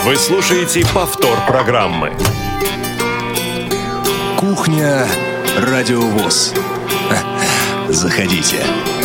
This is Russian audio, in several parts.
Вы слушаете повтор программы. Кухня Радио ВОС. Заходите.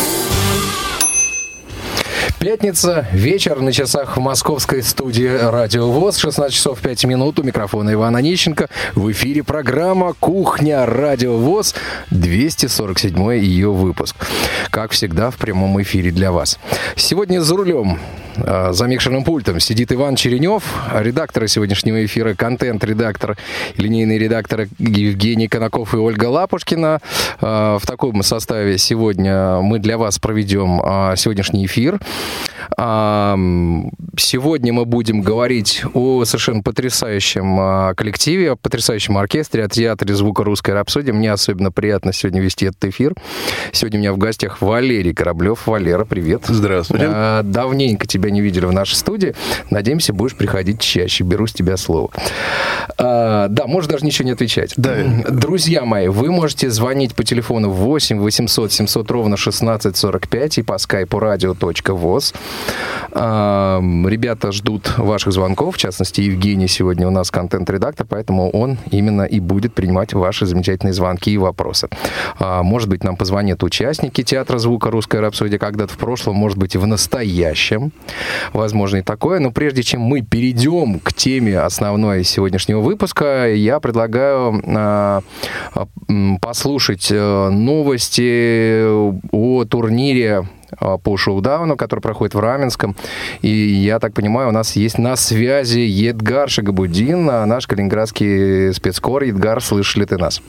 Пятница, вечер, на часах в московской студии Радио ВОС, 16 часов 5 минут, у микрофона Иван Онищенко. В эфире программа «Кухня Радио ВОС», 247-й ее выпуск. Как всегда, в прямом эфире для вас. Сегодня за рулем, за микшерным пультом сидит Иван Черенев, редакторы сегодняшнего эфира, контент-редактор, линейный редактор Евгений Конаков и Ольга Лапушкина. В таком составе сегодня мы для вас проведем сегодняшний эфир. Сегодня мы будем говорить о совершенно потрясающем коллективе, о потрясающем оркестре, о театре звука «Русская рапсодия». Мне особенно приятно сегодня вести этот эфир. Сегодня у меня в гостях Валерий Кораблев. Валера, привет. Здравствуйте. Давненько тебя не видели в нашей студии. Надеемся, будешь приходить чаще. Беру с тебя слово. Да, можешь даже ничего не отвечать. Да. Друзья мои, вы можете звонить по телефону 8 800 700 ровно 1645 и по скайпу radio.voz. Ребята ждут ваших звонков, в частности, Евгений сегодня у нас контент-редактор, поэтому он именно и будет принимать ваши замечательные звонки и вопросы. Может быть, нам позвонят участники театра звука «Русская рапсодия» когда-то в прошлом, может быть, и в настоящем. Возможно, и такое. Но прежде чем мы перейдем к теме основной сегодняшнего выпуска, я предлагаю послушать новости о турнире по шоу-дауну, который проходит в Раменском. И, я так понимаю, у нас есть на связи Едгар Шагабудин, наш калининградский спецкор. Едгар, слышишь ли ты нас?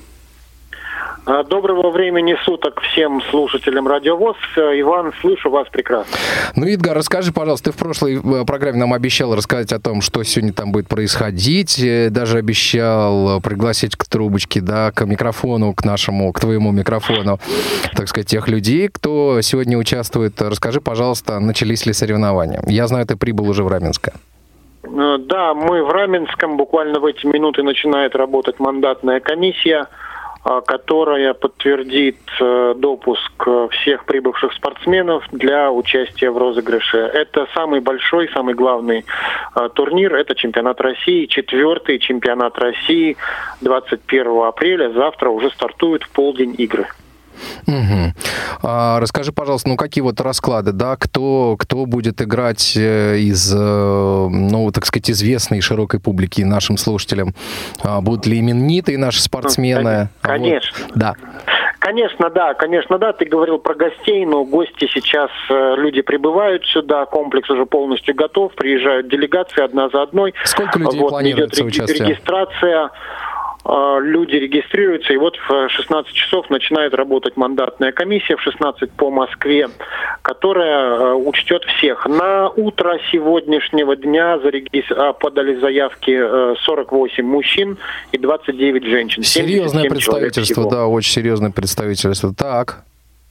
Доброго времени суток всем слушателям Радио ВОС. Иван, слышу вас прекрасно. Ну, Едгар, расскажи, пожалуйста, ты в прошлой программе нам обещал рассказать о том, что сегодня там будет происходить. Даже обещал пригласить к трубочке, да, к микрофону, к твоему микрофону, так сказать, тех людей, кто сегодня участвует. Расскажи, пожалуйста, начались ли соревнования? Я знаю, ты прибыл уже в Раменское. Да, мы в Раменском. Буквально в эти минуты начинает работать мандатная комиссия, которая подтвердит допуск всех прибывших спортсменов для участия в розыгрыше. Это самый большой, самый главный турнир. Это чемпионат России, 4-й чемпионат России, 21 апреля. Завтра уже стартуют в полдень игры. Угу. Расскажи, пожалуйста, какие вот расклады, да, кто будет играть из, так сказать, известной широкой публики нашим слушателям? Будут ли именитые наши спортсмены? Конечно. Вот. Да. Конечно, да. Ты говорил про гостей, но гости сейчас, люди прибывают сюда, комплекс уже полностью готов, приезжают делегации одна за одной. Сколько людей планируется участие? Регистрация. Люди регистрируются, и вот в 16 часов начинает работать мандатная комиссия, в 16 по Москве, которая учтет всех. На утро сегодняшнего дня подали заявки 48 мужчин и 29 женщин. Серьезное представительство, да, очень серьезное представительство. Так.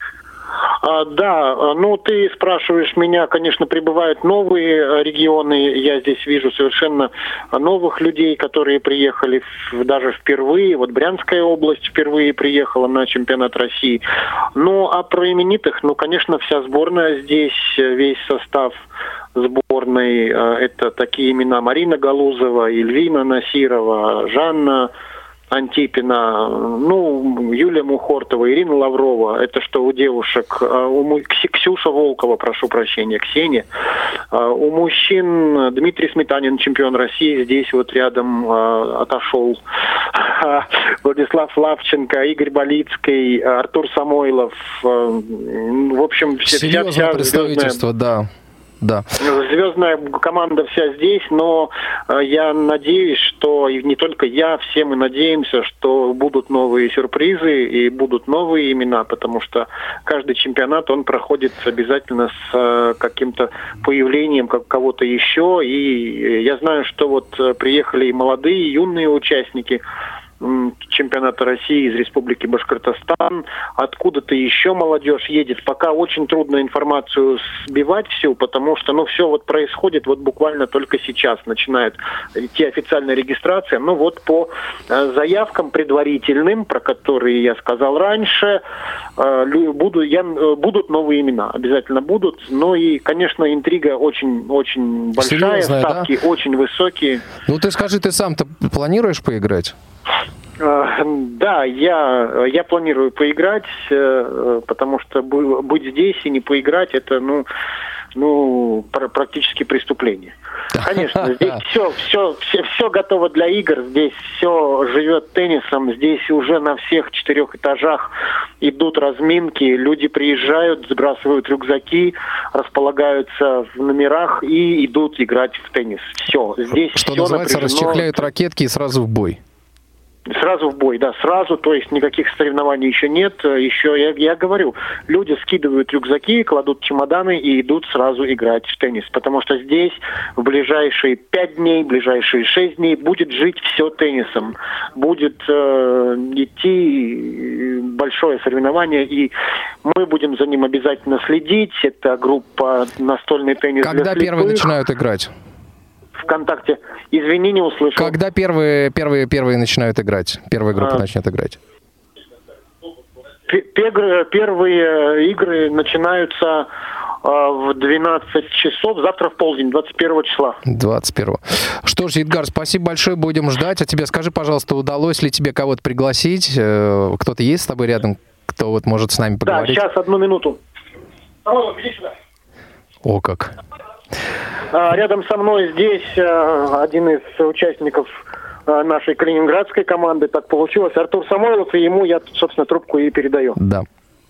Да, ты спрашиваешь меня, конечно, прибывают новые регионы, я здесь вижу совершенно новых людей, которые приехали даже впервые, вот Брянская область впервые приехала на чемпионат России. А про именитых, конечно, вся сборная здесь, весь состав сборной, это такие имена: Марина Галузова, Эльвина Насирова, Жанна Антипина, Юлия Мухортова, Ирина Лаврова, это что у девушек, Ксюша Волкова, прошу прощения, Ксения. У мужчин Дмитрий Сметанин, чемпион России, здесь вот рядом отошел. Владислав Лавченко, Игорь Болицкий, Артур Самойлов. В общем, серьезное представительство, да. Да. Звездная команда вся здесь, но я надеюсь, что, и не только я, все мы надеемся, что будут новые сюрпризы и будут новые имена, потому что каждый чемпионат, он проходит обязательно с каким-то появлением кого-то еще, и я знаю, что вот приехали и молодые, и юные участники. чемпионата России из Республики Башкортостан. Откуда-то еще молодежь едет. Пока очень трудно информацию сбивать всю, потому что, все вот происходит вот буквально только сейчас. Начинает идти официальная регистрация. Вот по заявкам предварительным, про которые я сказал раньше, будут новые имена. Обязательно будут. Но и, конечно, интрига очень большая. Серьезная, ставки очень высокие. Ты скажи, ты сам-то планируешь поиграть? Да, я планирую поиграть, потому что быть здесь и не поиграть, это, практически преступление. Конечно, здесь все готово для игр, здесь все живет теннисом, здесь уже на всех 4 этажах идут разминки, люди приезжают, сбрасывают рюкзаки, располагаются в номерах и идут играть в теннис. Все, здесь что все называется, напряжено. расчехляют ракетки и сразу в бой. Сразу в бой, да, сразу, то есть никаких соревнований еще нет. Еще, я говорю, люди скидывают рюкзаки, кладут чемоданы и идут сразу играть в теннис. Потому что здесь в ближайшие 5 дней, ближайшие 6 дней будет жить все теннисом. Будет идти большое соревнование, и мы будем за ним обязательно следить. Это группа «Настольный теннис для слепых». Когда первые начинают играть? ВКонтакте. Извини, не услышал. Когда первые начинают играть? Первая группа начнет играть? Первые игры начинаются в 12 часов, завтра в полдень, 21 числа. 21. Что ж, Едгар, спасибо большое, будем ждать. А тебе скажи, пожалуйста, удалось ли тебе кого-то пригласить? Кто-то есть с тобой рядом, кто вот может с нами поговорить? Да, сейчас, 1 минуту. Иди сюда. О, как. Рядом со мной здесь один из участников нашей калининградской команды. Так получилось. Артур Самойлов, и ему я, собственно, трубку и передаю. Да.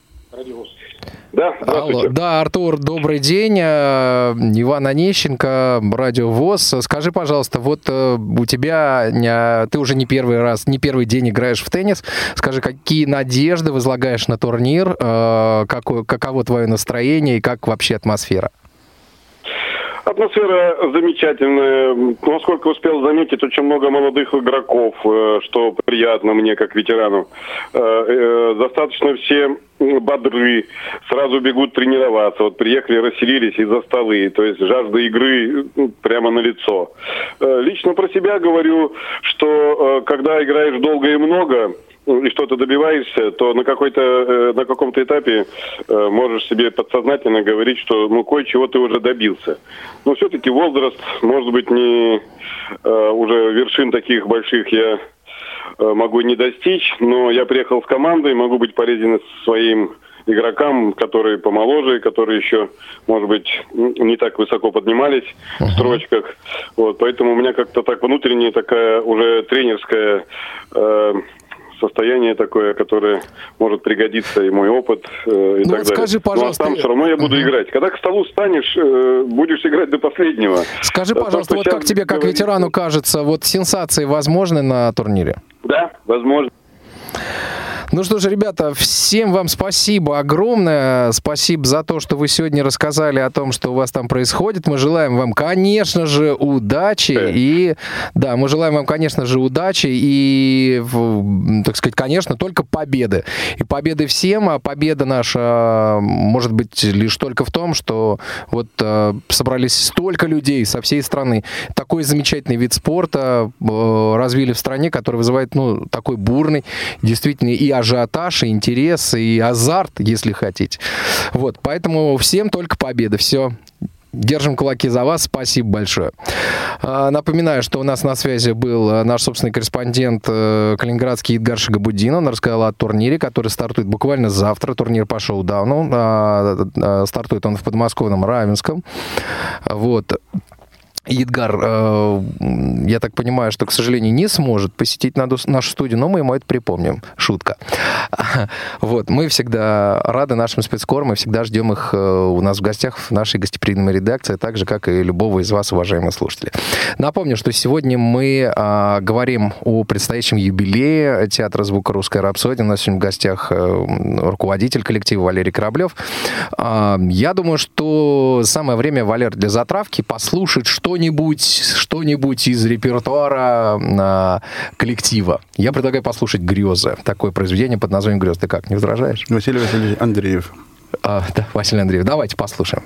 Да, алло, да, Артур, добрый день. Иван Онищенко, Радио ВОС. Скажи, пожалуйста, вот у тебя, ты уже не первый день играешь в теннис. Скажи, какие надежды возлагаешь на турнир? Каково твое настроение и как вообще атмосфера? Атмосфера замечательная. Насколько успел заметить, очень много молодых игроков, что приятно мне, как ветерану. Достаточно все бодры, сразу бегут тренироваться. Вот приехали, расселились из-за столы. То есть жажда игры прямо налицо. Лично про себя говорю, что когда играешь долго и много, и что-то добиваешься, то на каком-то этапе можешь себе подсознательно говорить, что кое-чего ты уже добился. Но все-таки возраст, может быть, не уже вершин таких больших я могу не достичь, но я приехал с командой, могу быть полезен своим игрокам, которые помоложе, которые еще, может быть, не так высоко поднимались в строчках. Вот, поэтому у меня как-то так внутренняя такая уже тренерская состояние такое, которое может пригодиться, и мой опыт, и так скажи, далее. Пожалуйста, там все равно я буду играть. Когда к столу станешь, будешь играть до последнего. Скажи, пожалуйста, вот как тебе, как ветерану, кажется, вот сенсации возможны на турнире? Да, возможно. Ну что же, ребята, всем вам спасибо огромное. Спасибо за то, что вы сегодня рассказали о том, что у вас там происходит. Мы желаем вам, конечно же, удачи. И, да, мы желаем вам, конечно же, удачи и, так сказать, конечно, только победы. И победы всем, а победа наша может быть лишь только в том, что вот собрались столько людей со всей страны. Такой замечательный вид спорта развили в стране, который вызывает, такой бурный, действительно, и ажиотаж, и интерес, и азарт, если хотите. Вот, поэтому всем только победа. Все. Держим кулаки за вас. Спасибо большое. Напоминаю, что у нас на связи был наш собственный корреспондент калининградский Едгар Шигабуддин. Он рассказал о турнире, который стартует буквально завтра. Турнир по шоу-дауну. Стартует он в подмосковном Раменском. Вот. Едгар, я так понимаю, что, к сожалению, не сможет посетить нашу студию, но мы ему это припомним. Шутка. Вот, мы всегда рады нашим спецкорам, мы всегда ждем их у нас в гостях в нашей гостеприимной редакции, так же, как и любого из вас, уважаемые слушатели. Напомню, что сегодня мы говорим о предстоящем юбилее Театра звука «Русская рапсодия». У нас сегодня в гостях руководитель коллектива Валерий Кораблев. Я думаю, что самое время, Валер, для затравки послушать что-нибудь что-нибудь из репертуара коллектива. Я предлагаю послушать «Грезы». Такое произведение под названием «Грезы». Ты как, не возражаешь? Василий Васильевич Андреев. Да, Василий Андреев. Давайте послушаем.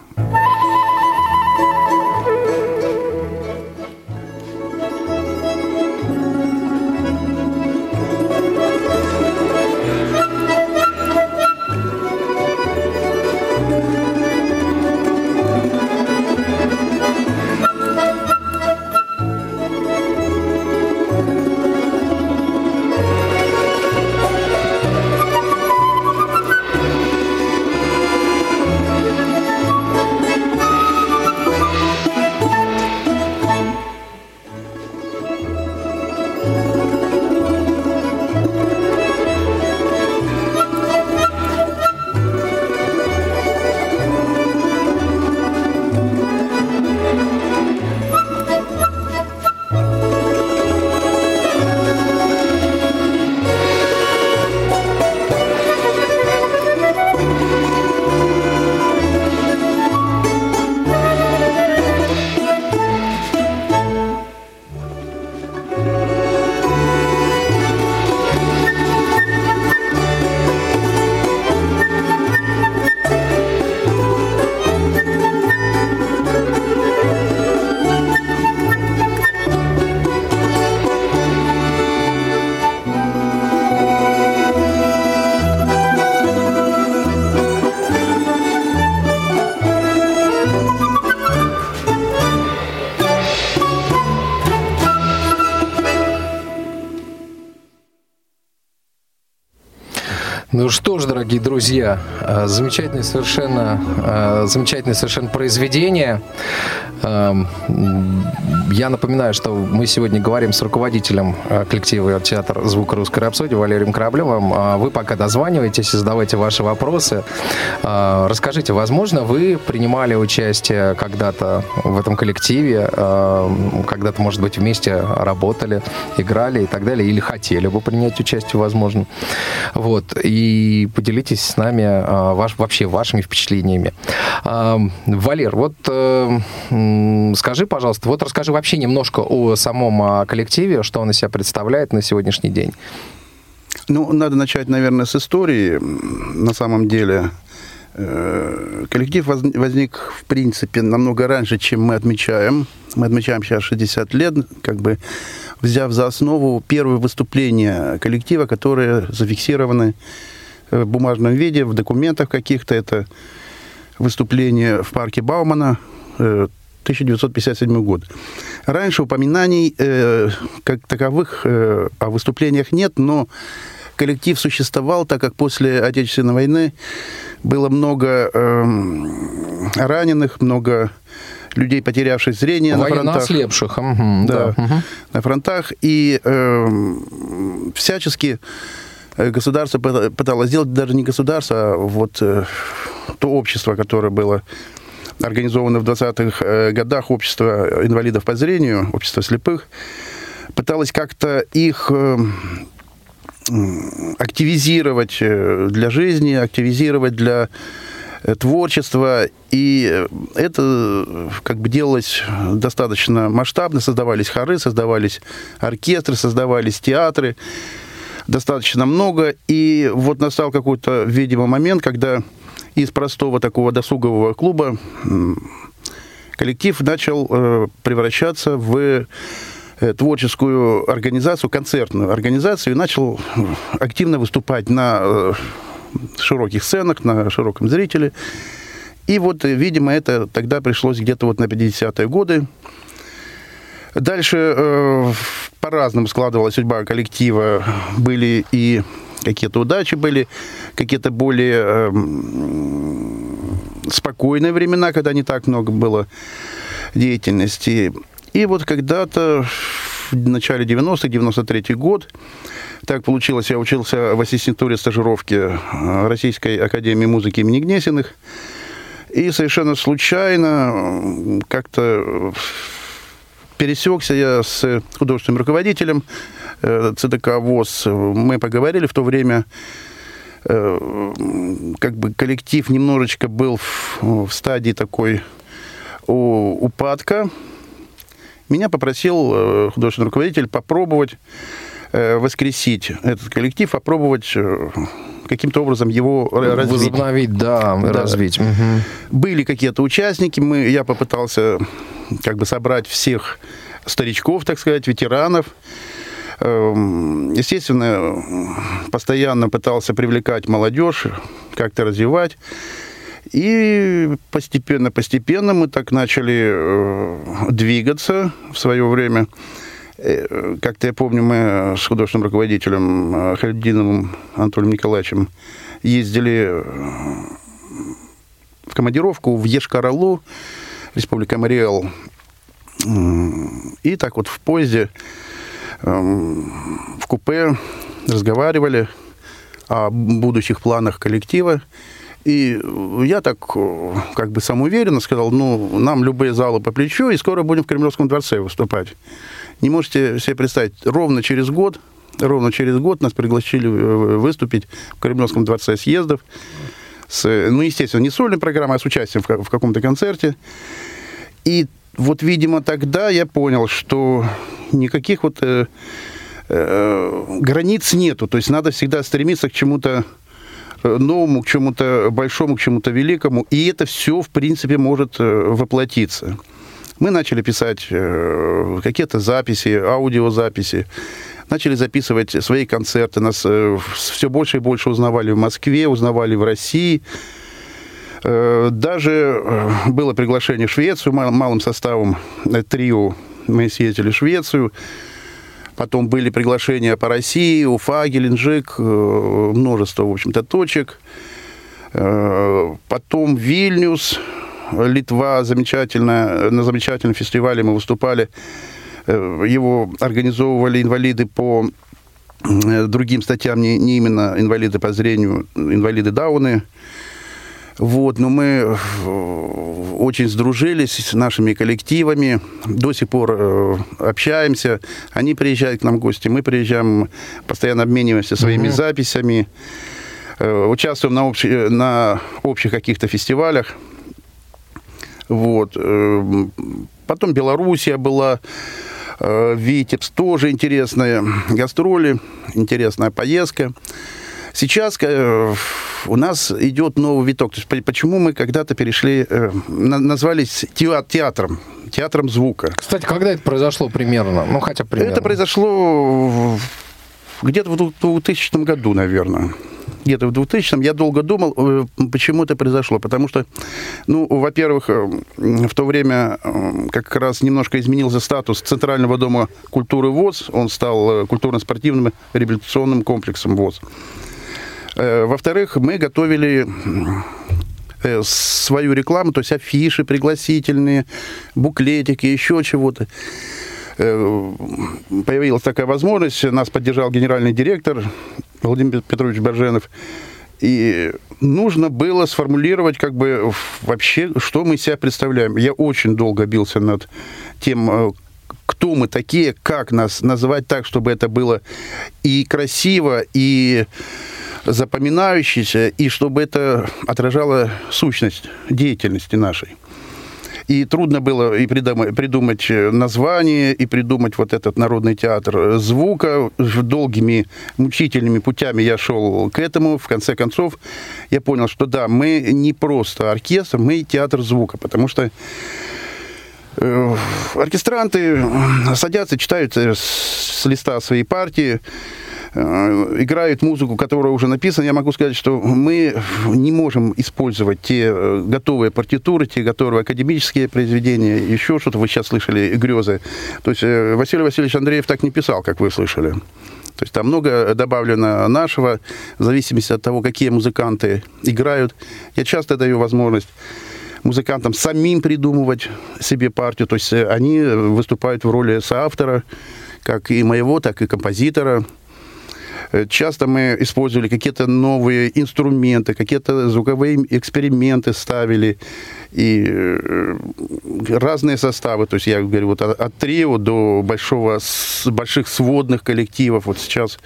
Ну что ж, дорогие друзья, замечательное совершенно произведение. Я напоминаю, что мы сегодня говорим с руководителем коллектива театра «Звук русской рапсодии» Валерием Кораблевым. Вы пока дозваниваетесь и задавайте ваши вопросы. Расскажите, возможно, вы принимали участие когда-то в этом коллективе, когда-то, может быть, вместе работали, играли и так далее, или хотели бы принять участие, возможно. Вот. И поделитесь с нами вообще вашими впечатлениями. Валер, вот скажи, пожалуйста, вот расскажи вообще немножко о самом коллективе, что он из себя представляет на сегодняшний день. Ну, надо начать, наверное, с истории. На самом деле, коллектив возник, в принципе, намного раньше, чем мы отмечаем. Мы отмечаем сейчас 60 лет, как бы взяв за основу первые выступления коллектива, которые зафиксированы в бумажном виде, в документах каких-то. Это выступление в парке Баумана, 1957 год. Раньше упоминаний как таковых о выступлениях нет, но коллектив существовал, так как после Отечественной войны было много раненых, много людей, потерявших зрение на фронтах. Ослепших. Да, на фронтах. И всячески государство пыталось сделать, даже не государство, а вот то общество, которое было организовано в 20-х годах, общество инвалидов по зрению, общество слепых, пыталось как-то их активизировать для жизни, активизировать для творчества. И это как бы делалось достаточно масштабно. Создавались хоры, создавались оркестры, создавались театры. Достаточно много. И вот настал какой-то, видимо, момент, когда из простого такого досугового клуба коллектив начал превращаться в творческую организацию, концертную организацию, и начал активно выступать на широких сценах, на широком зрителе. И вот, видимо, это тогда пришлось где-то вот на 50-е годы. Дальше по-разному складывалась судьба коллектива. Были и какие-то удачи, были какие-то более спокойные времена, когда не так много было деятельности. И вот когда-то в начале 90-х, 93-й год, так получилось, я учился в ассистентуре стажировки Российской академии музыки имени Гнесиных, и совершенно случайно как-то пересекся я с художественным руководителем ЦДК ВОС. Мы поговорили в то время, как бы коллектив немножечко был в стадии такой упадка. меня попросил художественный руководитель попробовать воскресить этот коллектив, попробовать каким-то образом его развить. Возобновить, да. Развить. Угу. Были какие-то участники, я попытался как бы собрать всех старичков, так сказать, ветеранов. Естественно, постоянно пытался привлекать молодежь, как-то развивать. И постепенно мы так начали двигаться в свое время. Как-то я помню, мы с художественным руководителем Халидиновым Анатолием Николаевичем ездили в командировку в Ешкар-Олу, Республика Мариэл. И так вот в поезде, в купе разговаривали о будущих планах коллектива. И я так как бы самоуверенно сказал, нам любые залы по плечу, и скоро будем в Кремлевском дворце выступать. Не можете себе представить, ровно через год нас пригласили выступить в Кремлевском дворце съездов. Естественно, не сольной программой, а с участием в каком-то концерте. И вот, видимо, тогда я понял, что никаких границ нету. То есть надо всегда стремиться к чему-то новому, к чему-то большому, к чему-то великому. И это все, в принципе, может воплотиться. Мы начали писать какие-то записи, аудиозаписи, начали записывать свои концерты. Нас все больше и больше узнавали в Москве, узнавали в России. Даже было приглашение в Швецию малым составом трио. Мы съездили в Швецию. Потом были приглашения по России, Уфа, Геленджик, множество, в общем-то, точек. Потом Вильнюс, Литва, на замечательном фестивале мы выступали. Его организовывали инвалиды по другим статьям, не именно инвалиды по зрению, инвалиды Дауны. Вот, но мы очень сдружились с нашими коллективами, до сих пор общаемся. Они приезжают к нам в гости, мы приезжаем, постоянно обмениваемся своими записями, участвуем на общих каких-то фестивалях. Вот. Потом Белоруссия была, Витебск, тоже интересные гастроли, интересная поездка. Сейчас у нас идет новый виток. То есть, почему мы когда-то перешли, назвались театром звука. Кстати, когда это произошло примерно? Хотя примерно. Это произошло где-то в 2000 году, наверное. Где-то в 2000-м. Я долго думал, почему это произошло. Потому что, во-первых, в то время как раз немножко изменился статус Центрального дома культуры ВОС. Он стал культурно-спортивным реабилитационным комплексом ВОС. Во-вторых, мы готовили свою рекламу, то есть афиши пригласительные, буклетики, еще чего-то. Появилась такая возможность, нас поддержал генеральный директор Владимир Петрович Борженов, и нужно было сформулировать вообще, что мы из себя представляем. Я очень долго бился над тем, кто мы такие, как нас называть так, чтобы это было и красиво, и запоминающееся, и чтобы это отражало сущность деятельности нашей. И трудно было и придумать название, и придумать вот этот народный театр звука. Долгими мучительными путями я шел к этому. В конце концов, я понял, что да, мы не просто оркестр, мы театр звука, потому что оркестранты садятся, читают с листа своей партии, играют музыку, которая уже написана. Я могу сказать, что мы не можем использовать те готовые партитуры, те готовые академические произведения, еще что-то. Вы сейчас слышали грезы. То есть Василий Васильевич Андреев так не писал, как вы слышали. То есть там много добавлено нашего, в зависимости от того, какие музыканты играют. Я часто даю возможность музыкантам самим придумывать себе партию. То есть они выступают в роли соавтора, как и моего, так и композитора. Часто мы использовали какие-то новые инструменты, какие-то звуковые эксперименты ставили. и разные составы. То есть я говорю, вот от трио до больших сводных коллективов. Вот сейчас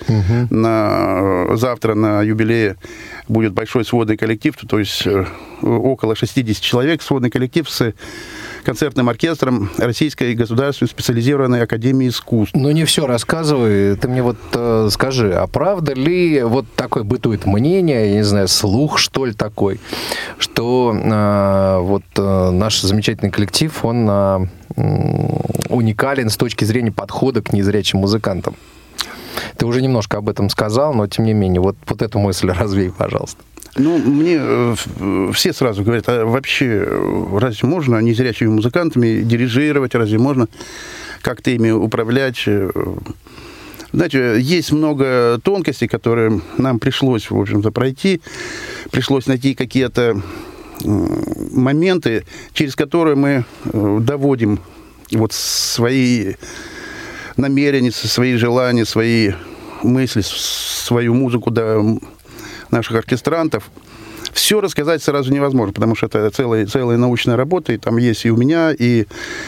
завтра на юбилее будет большой сводный коллектив, то есть около 60 человек, сводный коллектив с концертным оркестром Российской государственной специализированной академии искусств. Ну, не все рассказывай. Ты мне вот скажи, а правда ли вот такое бытует мнение, я не знаю, слух, что ли, такой, что наш замечательный коллектив, он уникален с точки зрения подхода к незрячим музыкантам? Ты уже немножко об этом сказал, но тем не менее, вот эту мысль развей, пожалуйста. Ну, мне все сразу говорят, а вообще разве можно незрячими музыкантами дирижировать, разве можно как-то ими управлять? Знаете, есть много тонкостей, которые нам пришлось, в общем-то, пройти. Пришлось найти какие-то моменты, через которые мы доводим вот свои намерения, свои желания, свои мысли, свою музыку до наших оркестрантов. Все рассказать сразу невозможно, потому что это целая научная работа, и там есть и у меня, и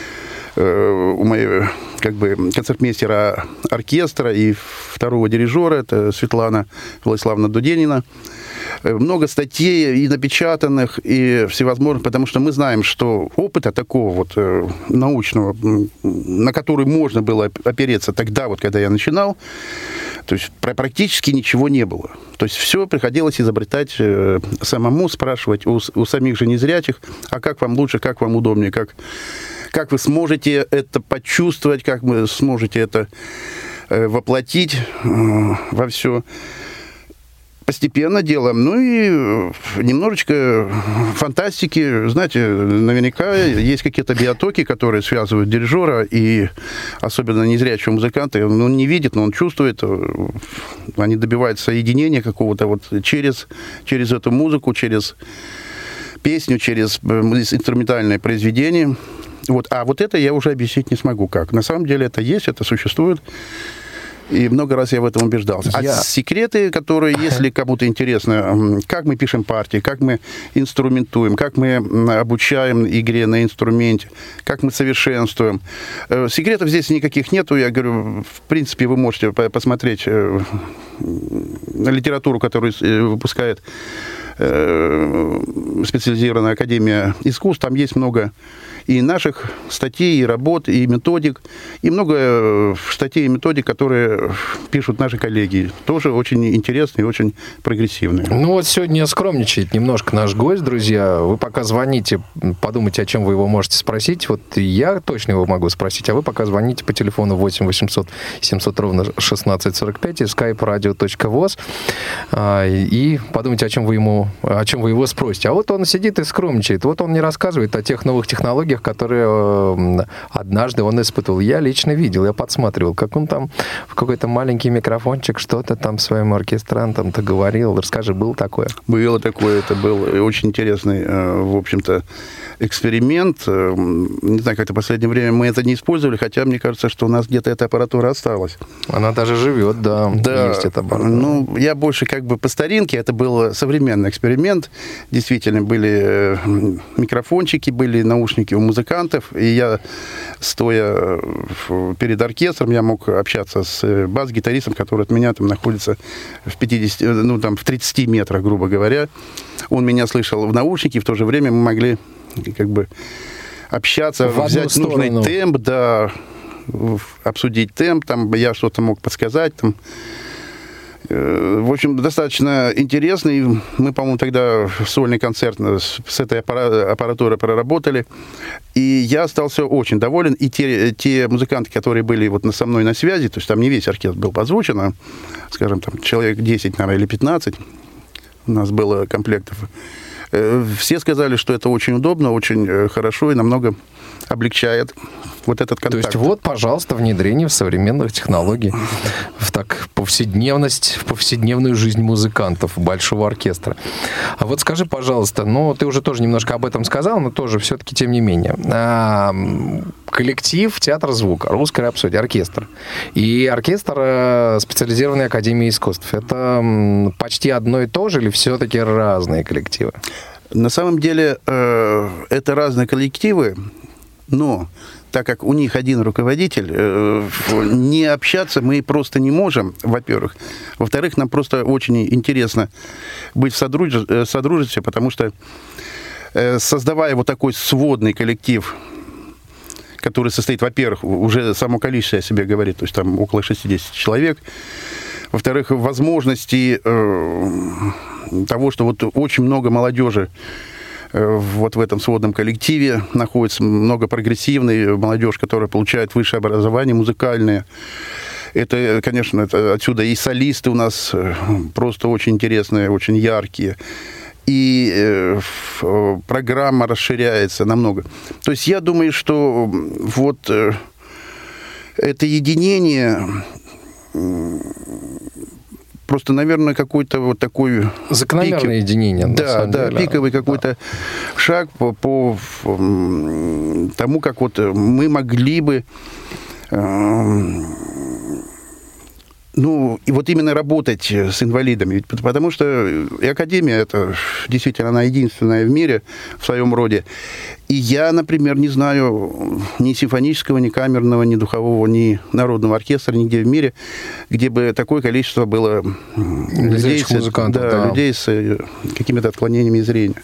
у моего концертмейстера оркестра, и второго дирижера, это Светлана Владиславовна Дуденина. Много статей и напечатанных, и всевозможных, потому что мы знаем, что опыта такого вот научного, на который можно было опереться тогда, вот, когда я начинал, то есть практически ничего не было. То есть все приходилось изобретать самому, спрашивать у самих же незрячих, а как вам лучше, как вам удобнее, как вы сможете это почувствовать, как вы сможете это воплотить во все. Постепенно делаем. Ну и немножечко фантастики. Знаете, наверняка есть какие-то биотоки, которые связывают дирижера и особенно незрячего музыканта. Он не видит, но он чувствует. Они добиваются соединения какого-то вот через эту музыку, через песню, через инструментальное произведение. Вот. А вот это я уже объяснить не смогу, как. На самом деле это есть, это существует. И много раз я в этом убеждался. А секреты, которые, если кому-то интересно, как мы пишем партии, как мы инструментуем, как мы обучаем игре на инструменте, как мы совершенствуем. Секретов здесь никаких нету. Я говорю, в принципе, вы можете посмотреть литературу, которую выпускает специализированная академия искусств. Там есть много и наших статей, и работ, и методик, и много статей и методик, которые пишут наши коллеги. Тоже очень интересные и очень прогрессивные. Ну вот сегодня скромничает немножко наш гость, друзья. Вы пока звоните, подумайте, о чем вы его можете спросить. Вот я точно его могу спросить, а вы пока звоните по телефону 8 800 700 ровно 1645 и skype-radio.voz и подумайте, о чем вы его спросите. А вот он сидит и скромничает. Вот он не рассказывает о тех новых технологиях, которые однажды он испытывал. Я лично видел, я подсматривал, как он там в какой-то маленький микрофончик что-то там своим оркестрантам-то говорил. Расскажи, было такое? Было такое. Это был очень интересный, в общем-то, эксперимент. Не знаю, как-то в последнее время мы это не использовали, хотя мне кажется, что у нас где-то эта аппаратура осталась. Она даже живет, да. Есть эта аппаратура. Ну, я больше как бы по старинке. Это был современный эксперимент. Действительно, были микрофончики, были наушники у музыкантов, и я, стоя перед оркестром, я мог общаться с бас-гитаристом, который от меня там находится в 30 метрах, грубо говоря. Он меня слышал в наушнике, в то же время мы могли как бы общаться, взять нужный темп, да, обсудить темп, там я что-то мог подсказать, там. В общем, достаточно интересно. И мы, по-моему, тогда сольный концерт с этой аппаратурой проработали. И я остался очень доволен. И те музыканты, которые были вот со мной на связи, то есть там не весь оркестр был позвучен, а, скажем, там человек 10, наверное, или 15 у нас было комплектов. Все сказали, что это очень удобно, очень хорошо и намного облегчает вот этот контакт. То есть вот, пожалуйста, внедрение в современных технологий в повседневную жизнь музыкантов большого оркестра. А вот скажи, пожалуйста, ты уже тоже немножко об этом сказал, но тоже все-таки тем не менее. Коллектив «Театр звука», «Русская рапсодия», оркестр. И оркестр специализированной академии искусств. Это почти одно и то же или все-таки разные коллективы? На самом деле это разные коллективы, но так как у них один руководитель, не общаться мы просто не можем, во-первых. Во-вторых, нам просто очень интересно быть в содружестве, потому что, создавая вот такой сводный коллектив, который состоит, во-первых, уже само количество о себе говорит, то есть там около 60 человек, во-вторых, возможности того, что вот очень много молодежи вот в этом сводном коллективе находится, много прогрессивной молодежь, которая получает высшее образование музыкальное. Это, конечно, отсюда и солисты у нас просто очень интересные, очень яркие. И программа расширяется намного. То есть я думаю, что вот это единение... Просто, наверное, какой-то вот такой... Закономерное единение, на самом деле. Пиковый какой-то шаг по тому, как вот мы могли бы... Ну, и вот именно работать с инвалидами. Потому что и Академия, это действительно она единственная в мире в своем роде. И я, например, не знаю ни симфонического, ни камерного, ни духового, ни народного оркестра нигде в мире, где бы такое количество было людей с какими-то отклонениями зрения.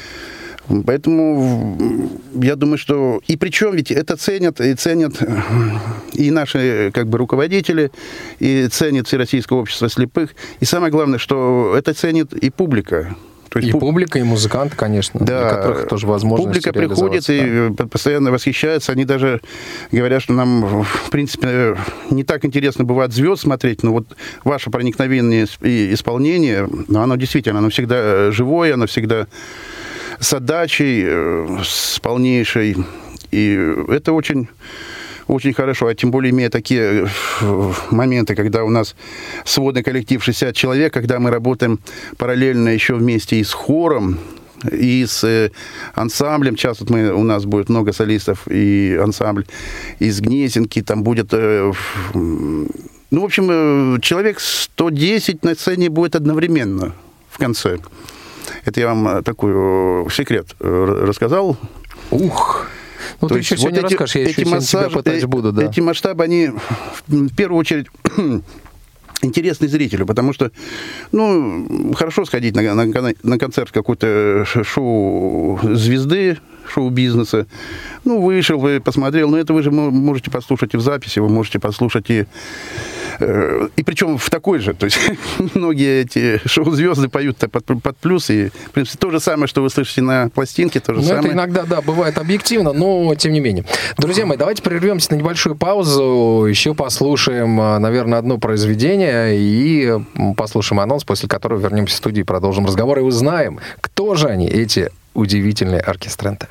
Поэтому я думаю, что... И причем ведь это ценят и наши как бы руководители, и ценит Всероссийское общество слепых. И самое главное, что это ценит и публика. То есть публика, и музыканты, конечно, для которых тоже возможность публика приходит и постоянно восхищается. Они даже говорят, что нам, в принципе, не так интересно бывает звезд смотреть, но вот ваше проникновенное исполнение, оно действительно, оно всегда живое, оно всегда... с отдачей, с полнейшей. И это очень, очень хорошо. А тем более, имея такие моменты, когда у нас сводный коллектив 60 человек, когда мы работаем параллельно еще вместе и с хором, и с ансамблем. Сейчас вот у нас будет много солистов и ансамбль из Гнесинки. Там будет... Ну, в общем, человек 110 на сцене будет одновременно в конце. Это я вам такой секрет рассказал. Ух! Ну, ты еще все не расскажешь, я еще себя пытать буду, да. Эти масштабы, они в первую очередь интересны зрителю, потому что, ну, хорошо сходить на концерт какой-то шоу-звезды, шоу-бизнеса. Ну, вышел, вы посмотрел, но это вы же можете послушать и в записи, вы можете послушать и причем в такой же. То есть многие эти шоу-звезды поют под плюс, и, в принципе, то же самое, что вы слышите на пластинке, то же самое. Это иногда, да, бывает объективно, но тем не менее. Друзья мои, давайте прервемся на небольшую паузу, еще послушаем, наверное, одно произведение и послушаем анонс, после которого вернемся в студию и продолжим разговор, и узнаем, кто же они, эти удивительные оркестранты.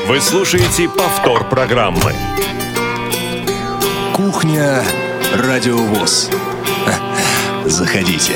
Вы слушаете повтор программы. Кухня Радио ВОС. Заходите.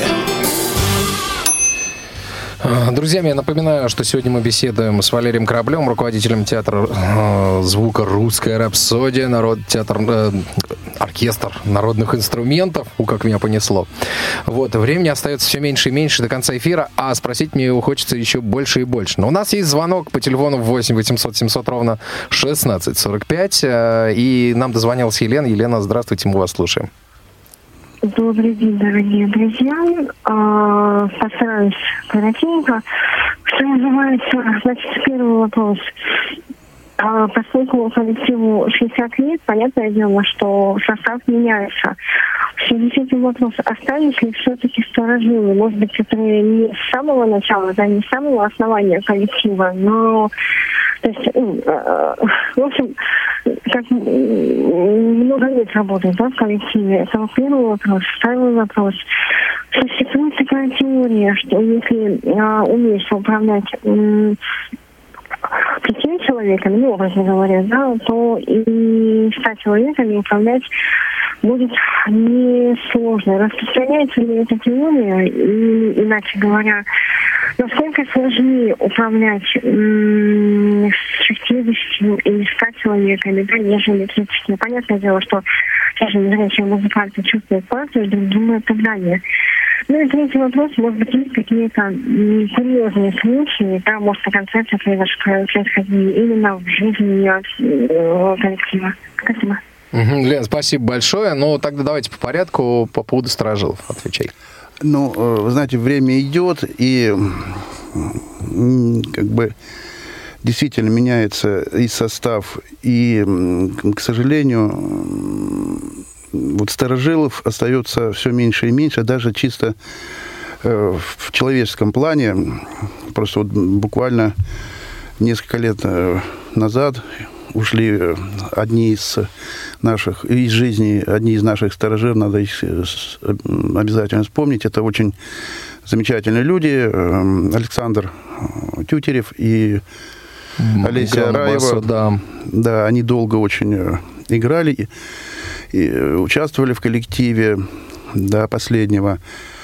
Друзья, я напоминаю, что сегодня мы беседуем с Валерием Кораблем, руководителем театра звука «Русская рапсодия», оркестр народных инструментов, как меня понесло. Вот, времени остается все меньше и меньше до конца эфира, а спросить мне его хочется еще больше и больше. Но у нас есть звонок по телефону 8 800 700 ровно 1645, и нам дозвонилась Елена. Елена, здравствуйте, мы вас слушаем. Добрый день, дорогие друзья. Постараюсь коротенько. Что называется, значит, первый вопрос. Поскольку коллективу 60 лет, понятное дело, что состав меняется. В связи с этим вопрос, остались ли все-таки старожилы, может быть, которые не с самого начала, да, не с самого основания коллектива, но... То есть, в общем, как много лет работают, да, в коллективе. Это вот первый вопрос. Второй вопрос. Существует такая теория, что если умеешь управлять 5 человеками, ну, образно говоря, да, то и 100 человеками управлять будет несложно. Распространяется ли эта теория? И, иначе говоря, насколько сложнее управлять 60 или 100 человеками, да, нежели 30? Понятное дело, что те же незрячие музыканты чувствуют партию, друг друга и так далее. Ну и третий вопрос, может быть, есть какие-то курьезные случаи, да, может, концерты происходили именно в жизни коллектива. Спасибо. Лен, спасибо большое. Ну, тогда давайте по порядку по поводу старожилов отвечай. Ну, вы знаете, время идет, и как бы действительно меняется и состав, и, к сожалению, вот старожилов остается все меньше и меньше, даже чисто в человеческом плане. Просто вот буквально несколько лет назад ушли одни из наших, из жизни, одни из наших старожилов, надо их обязательно вспомнить. Это очень замечательные люди. Александр Тютерев и Олеся Раева. Да, они долго очень играли и участвовали в коллективе до последнего.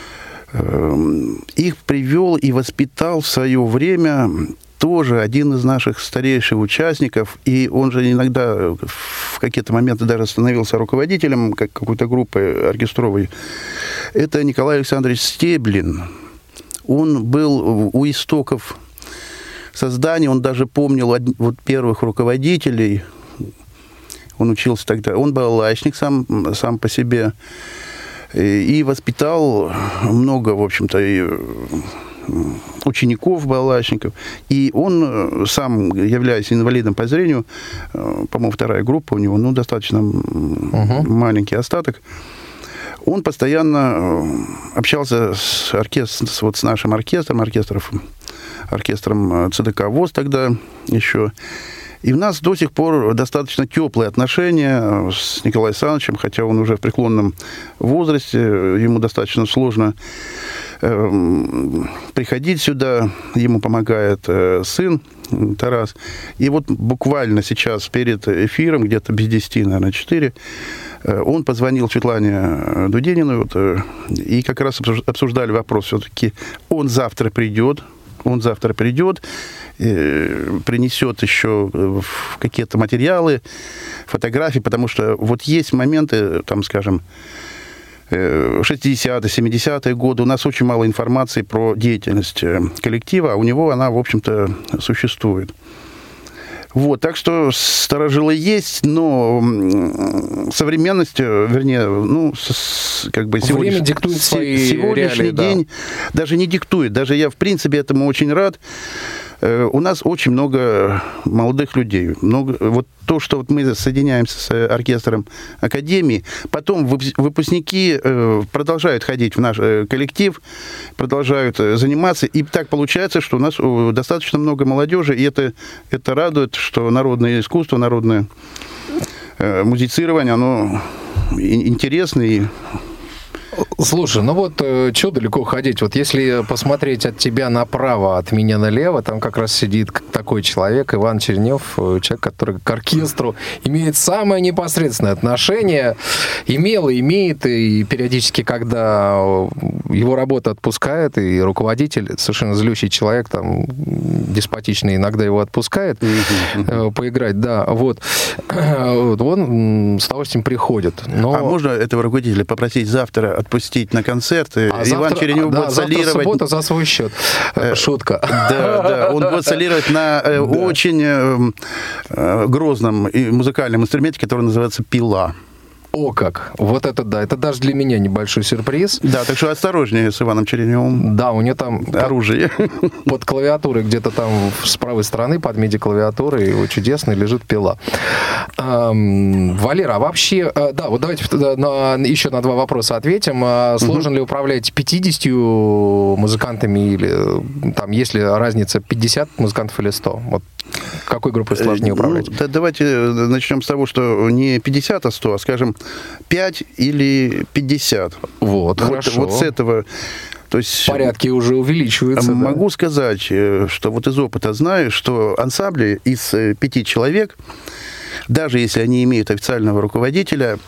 Их привел и воспитал в свое время тоже один из наших старейших участников, и он же иногда в какие-то моменты даже становился руководителем какой-то группы оркестровой. Это Николай Александрович Стеблин. Он был у истоков создания, он даже помнил вот первых руководителей. Он учился тогда, он был балалайчник сам по себе, и воспитал много, в общем-то, и учеников, балалайчников. И он сам, являясь инвалидом по зрению, по-моему, вторая группа у него, ну, достаточно маленький остаток, он постоянно общался с нашим оркестром ЦДК ВОС тогда еще. И у нас до сих пор достаточно теплые отношения с Николаем Александровичем, хотя он уже в преклонном возрасте, ему достаточно сложно приходить сюда, ему помогает сын Тарас. И вот буквально сейчас перед эфиром, где-то без 10, наверное, 4, он позвонил Светлане Дудениной, и как раз обсуждали вопрос, все-таки он завтра придет, принесет еще какие-то материалы, фотографии, потому что вот есть моменты, там, скажем, 60-е, 70-е годы, у нас очень мало информации про деятельность коллектива, а у него она, в общем-то, существует. Вот, так что старожилы есть, но современность, вернее, ну, как бы время диктует свои сегодняшний реалии, день даже не диктует. Даже я, в принципе, этому очень рад. У нас очень много молодых людей. Вот то, что вот мы соединяемся с оркестром Академии, потом выпускники продолжают ходить в наш коллектив, продолжают заниматься. И так получается, что у нас достаточно много молодежи, и это радует, что народное искусство, народное музицирование, оно интересно и Слушай, ну вот что далеко ходить? Вот если посмотреть от тебя направо, от меня налево, там как раз сидит такой человек, Иван Черенев, человек, который к оркестру имеет самое непосредственное отношение, имел и имеет, и периодически, когда его работа отпускает, и руководитель, совершенно злющий человек, там, деспотичный, иногда его отпускает поиграть, да, вот, он с удовольствием приходит. Но... А можно этого руководителя попросить завтра отпустить на концерт? Иван Черенев будет солировать... Завтра суббота за свой счет. Шутка. Да, он будет солировать на очень грозном музыкальном инструменте, который называется пила. О как! Вот это да, это даже для меня небольшой сюрприз. Да, так что осторожнее с Иваном Череневым. Да, у него там... оружие. Под клавиатурой, где-то там с правой стороны, под MIDI-клавиатурой, его чудесной, лежит пила. Валера, а вообще... Да, вот давайте еще на 2 вопроса ответим. Сложно ли управлять 50 музыкантами, или там, есть ли разница 50 музыкантов или 100? Вот какой группой сложнее управлять? Да, давайте начнем с того, что не 50, а 100, а, скажем, 5 или 50. Вот, хорошо. Вот с этого... То есть, порядки уже увеличиваются. Могу сказать, что вот из опыта знаю, что ансамбли из 5 человек, даже если они имеют официального руководителя,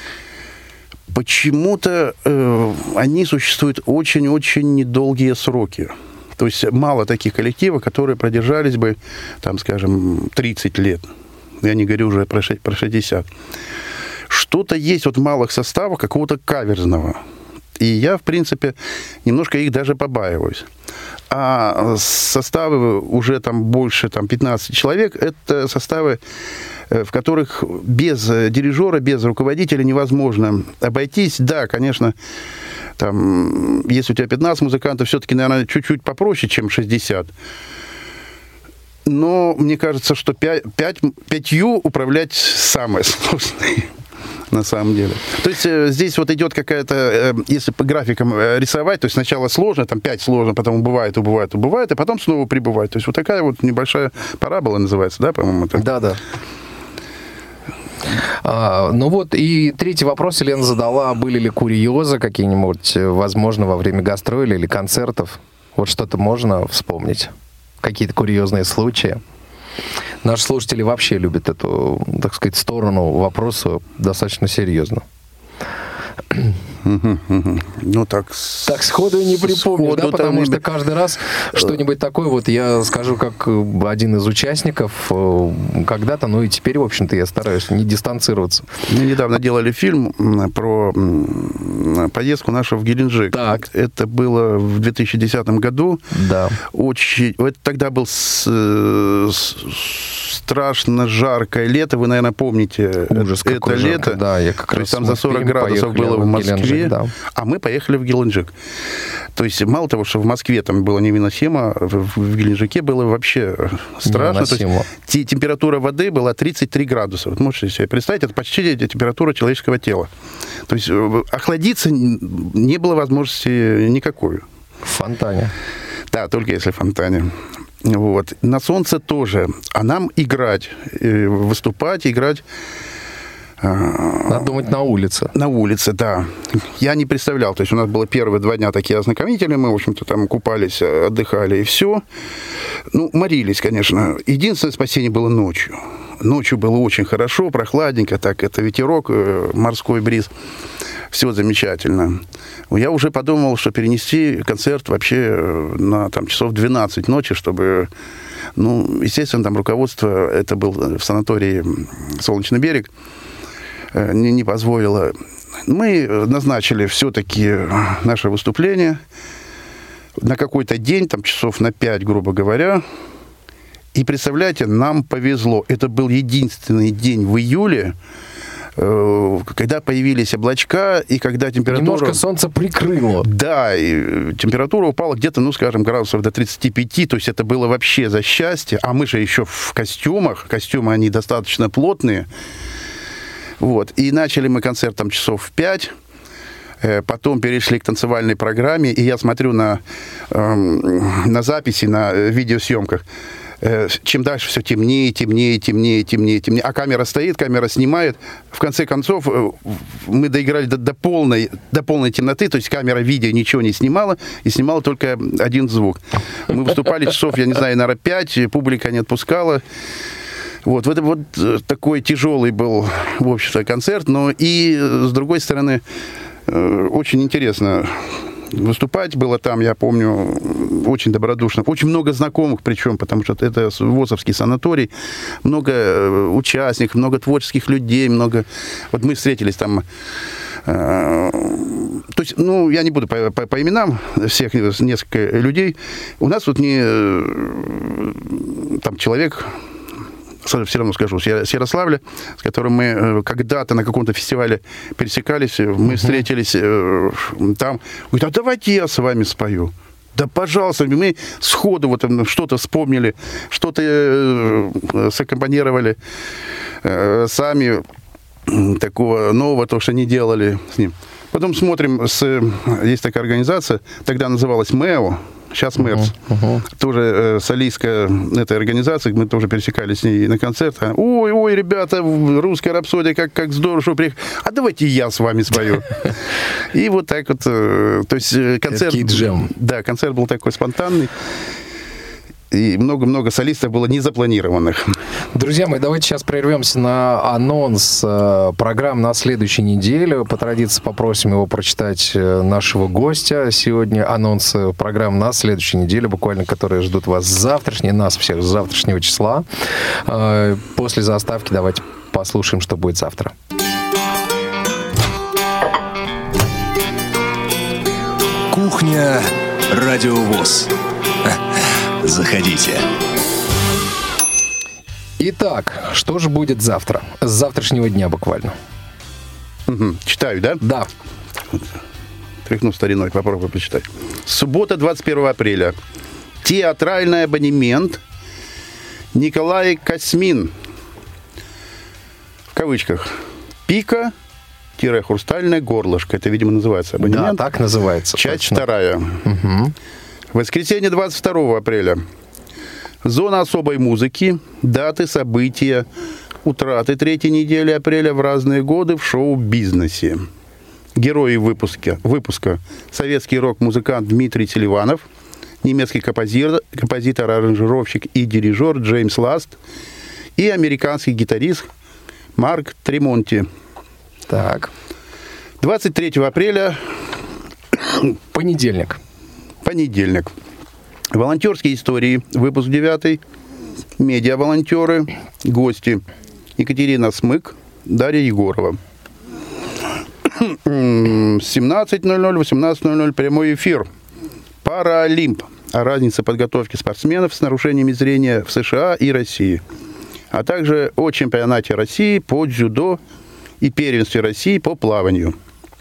почему-то они существуют очень-очень недолгие сроки. То есть мало таких коллективов, которые продержались бы, там, скажем, 30 лет. Я не говорю уже про 60. Что-то есть вот в малых составах какого-то каверзного. И я, в принципе, немножко их даже побаиваюсь. А составы уже там больше 15 человек, это составы, в которых без дирижера, без руководителя невозможно обойтись. Да, конечно, там, если у тебя 15 музыкантов, все-таки, наверное, чуть-чуть попроще, чем 60. Но мне кажется, что 5 управлять самое сложное. На самом деле. То есть здесь вот идет какая-то, если по графикам рисовать, то есть сначала сложно, там 5 сложно, потом убывает, и потом снова прибывает. То есть вот такая вот небольшая парабола называется, да, по-моему? Да. Ну вот, и третий вопрос Елена задала. Были ли курьезы какие-нибудь, возможно, во время гастролей или концертов? Вот что-то можно вспомнить? Какие-то курьезные случаи? Наши слушатели вообще любят эту, так сказать, сторону вопроса достаточно серьезно. Ну, так сходу не припомню, да, потому что каждый раз что-нибудь такое, вот я скажу, как один из участников когда-то, ну и теперь, в общем-то, я стараюсь не дистанцироваться. Мы недавно делали фильм про поездку нашу в Геленджик. Так. Это было в 2010 году. Да. Это тогда был страшно жаркое лето, вы, наверное, помните. Ужас, это лето. Да, я как раз там за 40 градусов было в Москве, да. А мы поехали в Геленджик. То есть мало того, что в Москве там было невыносимо, в Геленджике было вообще страшно. То есть температура воды была 33 градуса. Вот можете себе представить, это почти температура человеческого тела. То есть охладиться не было возможности никакой. В фонтане. Да, только если в фонтане. Вот. На солнце тоже. А нам играть, выступать, играть... Надо думать, на улице. На улице, да. Я не представлял. То есть у нас было первые 2 дня такие ознакомительные. Мы, в общем-то, там купались, отдыхали и все. Ну, морились, конечно. Единственное спасение было ночью. Ночью было очень хорошо, прохладненько. Так, это ветерок, морской бриз. Все замечательно. Я уже подумал, что перенести концерт вообще на там, часов 12 ночи, чтобы... Ну, естественно, там руководство, это был в санатории «Солнечный берег», не позволило. Мы назначили все-таки наше выступление на какой-то день, там часов на 5, грубо говоря. И представляете, нам повезло. Это был единственный день в июле, когда появились облачка, и когда температура... Немножко солнце прикрыло. Да, и температура упала где-то, ну, скажем, градусов до 35, то есть это было вообще за счастье. А мы же еще в костюмах. Костюмы, они достаточно плотные. Вот. И начали мы концерт там часов в 5. Потом перешли к танцевальной программе, и я смотрю на записи, на видеосъемках. чем дальше все темнее, темнее, темнее, темнее, темнее. А камера стоит, камера снимает. В конце концов, мы доиграли до полной темноты, то есть камера видео ничего не снимала, и снимала только один звук. Мы выступали часов, я не знаю, наверное, 5, публика не отпускала. Вот такой тяжелый был, в общем-то, концерт, но и, с другой стороны, очень интересно выступать было там, я помню, очень добродушно. Очень много знакомых, причем, потому что это ВОСовский санаторий. Много участников, много творческих людей, много... Вот мы встретились там... То есть, я не буду по именам всех, несколько людей. У нас тут не... Там человек... Все равно скажу, с Ярославля, с которым мы когда-то на каком-то фестивале пересекались, мы встретились там. Говорит, а давайте я с вами спою. Да, пожалуйста, мы сходу вот что-то вспомнили, что-то саккомпанировали сами, такого нового, то, что не делали с ним. Потом смотрим, есть такая организация, тогда называлась МЭО, сейчас МЭРС, тоже солистка этой организации, мы тоже пересекались с ней на концертах. Ой, ребята, русская рапсодия, как здорово, что приехали. А давайте я с вами спою. И вот так вот, то есть концерт... Да, концерт был такой спонтанный. И много-много солистов было незапланированных. Друзья мои, давайте сейчас прервемся на анонс программ на следующей неделе. По традиции попросим его прочитать нашего гостя. Сегодня анонс программ на следующей неделе, буквально которые ждут вас нас всех с завтрашнего числа. После заставки давайте послушаем, что будет завтра. Кухня Радио ВОС. Заходите. Итак, что же будет завтра? С завтрашнего дня буквально. Читаю, да? Да. Тряхну стариной, попробую почитать. Суббота, 21 апреля. Театральный абонемент Николай Космин. В кавычках. Пика-хрустальное горлышко. Это, видимо, называется абонемент. Да, так называется. Часть точно. 2. Воскресенье, 22 апреля. Зона особой музыки. Даты, события, утраты третьей недели апреля в разные годы в шоу-бизнесе. Герои выпуска. Советский рок-музыкант Дмитрий Селиванов. Немецкий композитор, аранжировщик и дирижер Джеймс Ласт. И американский гитарист Марк Тремонти. Так. 23 апреля. Понедельник. Волонтерские истории. Выпуск 9. Медиа-волонтеры. Гости. Екатерина Смык. Дарья Егорова. 17:00, 18:00 прямой эфир. Паралимп. О разнице подготовки спортсменов с нарушениями зрения в США и России. А также о чемпионате России по дзюдо и первенстве России по плаванию.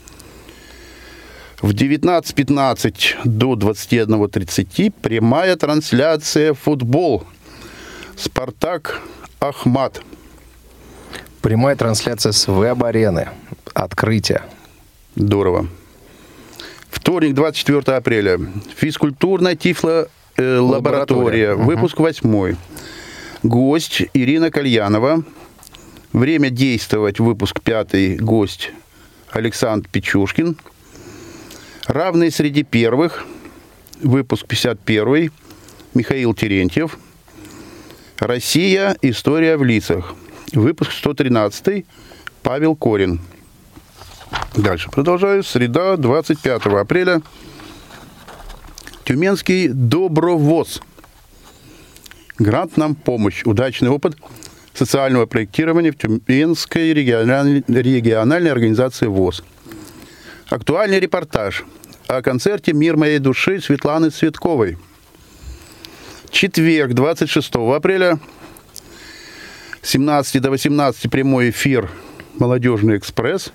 В 19:15 до 21:30 прямая трансляция футбол. Спартак Ахмат. Прямая трансляция с веб-арены. Открытие. Здорово. Вторник, 24 апреля. Физкультурная тифло-лаборатория. Выпуск 8. Гость Ирина Кальянова. Время действовать. Выпуск 5. Гость Александр Печушкин. Равные среди первых. Выпуск 51. Михаил Терентьев. Россия. История в лицах. Выпуск 113. Павел Корин. Дальше продолжаю. Среда, 25 апреля. Тюменский Добровоз. Грант нам помощь. Удачный опыт социального проектирования в Тюменской региональной организации ВОС. Актуальный репортаж о концерте «Мир моей души» Светланы Цветковой. Четверг, 26 апреля. С 17 до 18 прямой эфир «Молодежный экспресс».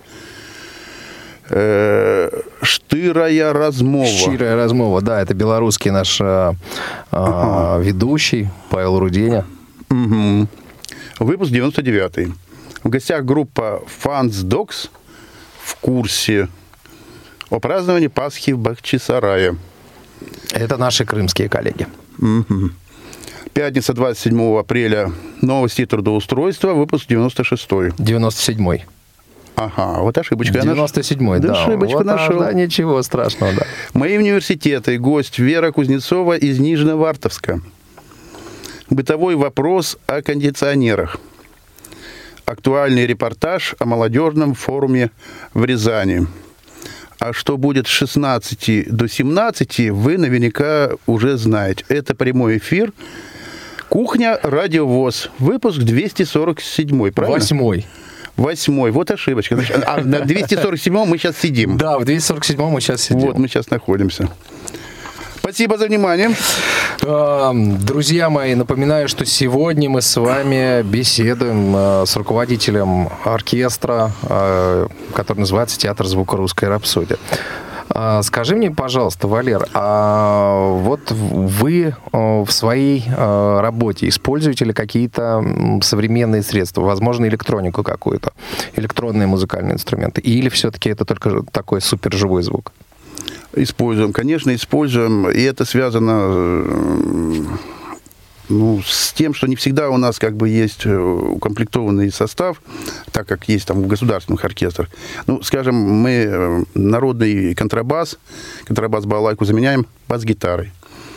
Штырая размова. Щирая размова, да, это белорусский наш ведущий Павел Руденя. Угу. Выпуск 99. В гостях группа Fans Dogs в курсе о праздновании Пасхи в Бахчисарае. Это наши крымские коллеги. Угу. Пятница, 27 апреля. Новости и трудоустройства, выпуск 96-й. 97-й. Ага, вот ошибочка. 97-й, да. Ошибочку вот, нашел. Да, ничего страшного, да. Мои университеты. Гость Вера Кузнецова из Нижневартовска. Бытовой вопрос о кондиционерах. Актуальный репортаж о молодежном форуме в Рязани. А что будет с 16 до 17, вы наверняка уже знаете. Это прямой эфир. Кухня, Радио ВОС. Выпуск 247, правильно? 8-й. 8-й. Вот ошибочка. А на 247-м мы сейчас сидим. Да, в 247-м мы сейчас сидим. Вот мы сейчас находимся. Спасибо за внимание. Друзья мои, напоминаю, что сегодня мы с вами беседуем с руководителем оркестра, который называется «Театр звука русской рапсодии». Скажи мне, пожалуйста, Валер, а вот вы в своей работе используете ли какие-то современные средства, возможно, электронику какую-то, электронные музыкальные инструменты, или все-таки это только такой суперживой звук? Используем, конечно, используем, и это связано с тем, что не всегда у нас как бы есть укомплектованный состав, так как есть там в государственных оркестрах. Скажем, мы народный контрабас-балалайку заменяем бас-гитарой.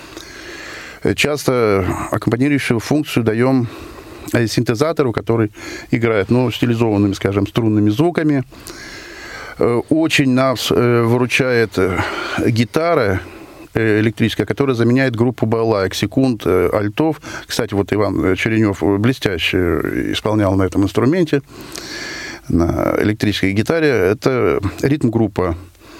Часто аккомпанирующую функцию даем синтезатору, который играет, стилизованными, скажем, струнными звуками. Очень нас выручает гитара электрическая, которая заменяет группу балалайк, секунд, альтов. Кстати, вот Иван Черенев блестяще исполнял на этом инструменте, на электрической гитаре. Это ритм-группа.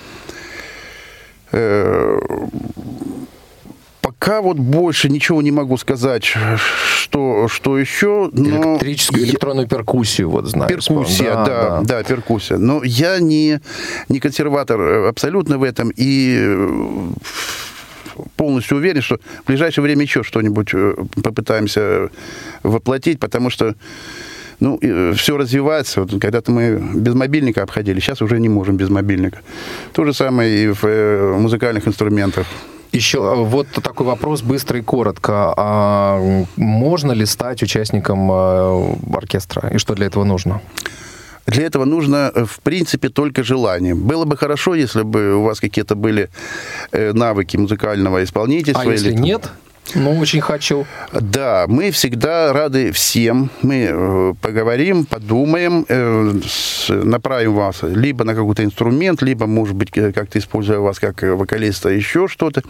Пока вот больше ничего не могу сказать, что еще. Но электрическую, электронную перкуссию, вот знаю. Перкуссия, да, перкуссия. Но я не консерватор абсолютно в этом и полностью уверен, что в ближайшее время еще что-нибудь попытаемся воплотить, потому что все развивается. Вот когда-то мы без мобильника обходили, сейчас уже не можем без мобильника. То же самое и в музыкальных инструментах. Еще вот такой вопрос, быстро и коротко. А можно ли стать участником оркестра? И что для этого нужно? Для этого нужно, в принципе, только желание. Было бы хорошо, если бы у вас какие-то были навыки музыкального исполнительства. А если нет? Очень хочу. Да, мы всегда рады всем. Мы поговорим, подумаем, направим вас либо на какой-то инструмент, либо, может быть, как-то используя вас как вокалиста, еще что-то.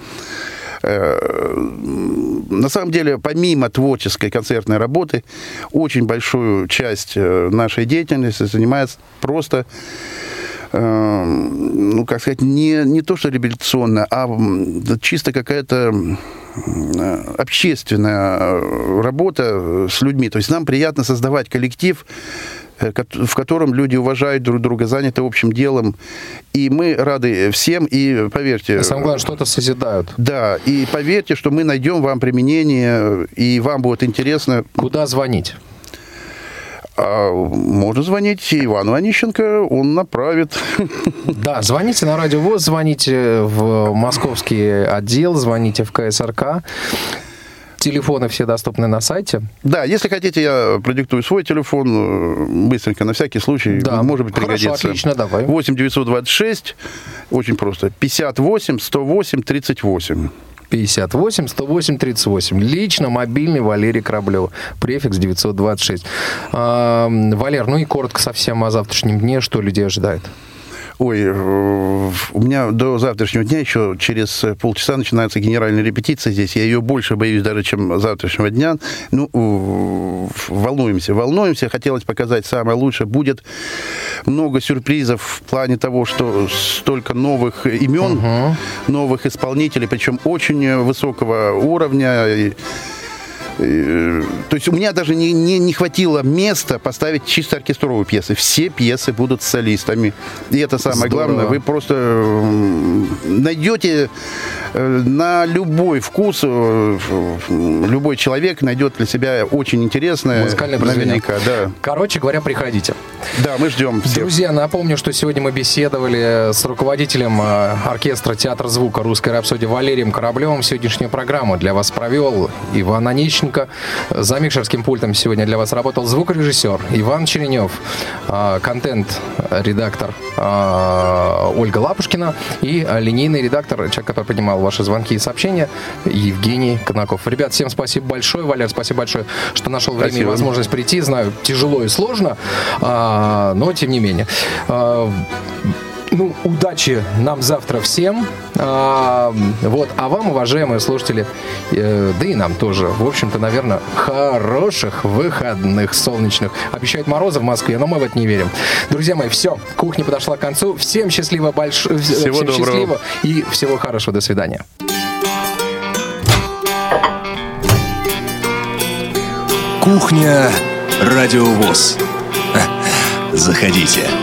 На самом деле, помимо творческой концертной работы, очень большую часть нашей деятельности занимает просто, как сказать, не то, что реабилитационная, а чисто какая-то общественная работа с людьми. То есть нам приятно создавать коллектив, в котором люди уважают друг друга, заняты общим делом. И мы рады всем, и поверьте... Самое главное, что-то созидают. Да, и поверьте, что мы найдем вам применение, и вам будет интересно. Куда звонить? Можно звонить Ивану Онищенко, он направит. Да, звоните на Радио ВОС, звоните в московский отдел, звоните в КСРК. Телефоны все доступны на сайте. Да, если хотите, я продиктую свой телефон быстренько, на всякий случай, да. Может быть, пригодится. Хорошо, отлично, давай. 8 926, очень просто, 58 108 38. 58 108 38. Лично мобильный Валерий Кораблев. Префикс 926. Валер, и коротко совсем о завтрашнем дне. Что людей ожидает? Ой, у меня до завтрашнего дня еще через полчаса начинается генеральная репетиция здесь. Я ее больше боюсь даже, чем завтрашнего дня. Волнуемся. Хотелось показать самое лучшее. Будет много сюрпризов в плане того, что столько новых имен, новых исполнителей, причем очень высокого уровня. То есть у меня даже не хватило места поставить чисто оркестровые пьесы. Все пьесы будут с солистами. И это самое главное. Вы просто найдете на любой вкус, любой человек найдет для себя очень интересное. Музыкальное произведение. Да. Короче говоря, приходите. Да, мы ждем всех. Друзья, напомню, что сегодня мы беседовали с руководителем оркестра «Театр звука русской рапсодии» Валерием Кораблевым. Сегодняшнюю программу для вас провел Иван Онищенко. Лещенко. За микшерским пультом сегодня для вас работал звукорежиссер Иван Черенев, контент-редактор Ольга Лапушкина и линейный редактор, человек, который принимал ваши звонки и сообщения, Евгений Конаков. Ребят, всем спасибо большое. Валер, спасибо большое, что нашел время и возможность прийти. Знаю, тяжело и сложно, но тем не менее. Удачи нам завтра всем. А вам, уважаемые слушатели, да и нам тоже, в общем-то, наверное, хороших выходных солнечных. Обещают морозы в Москве, но мы в это не верим. Друзья мои, все, кухня подошла к концу. Всем счастливо, всем доброго. Счастливо и всего хорошего. До свидания. Кухня Радио ВОС. Заходите.